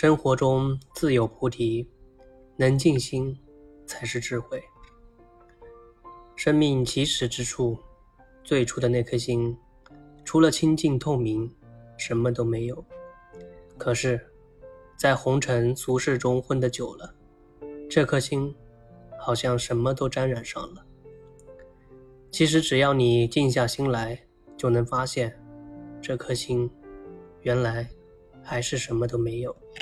生活中自有菩提，能静心才是智慧。生命起始之处，最初的那颗心，除了清净透明，什么都没有。可是，在红尘俗世中混得久了，这颗心好像什么都沾染上了。其实只要你静下心来，就能发现，这颗心原来还是什么都没有。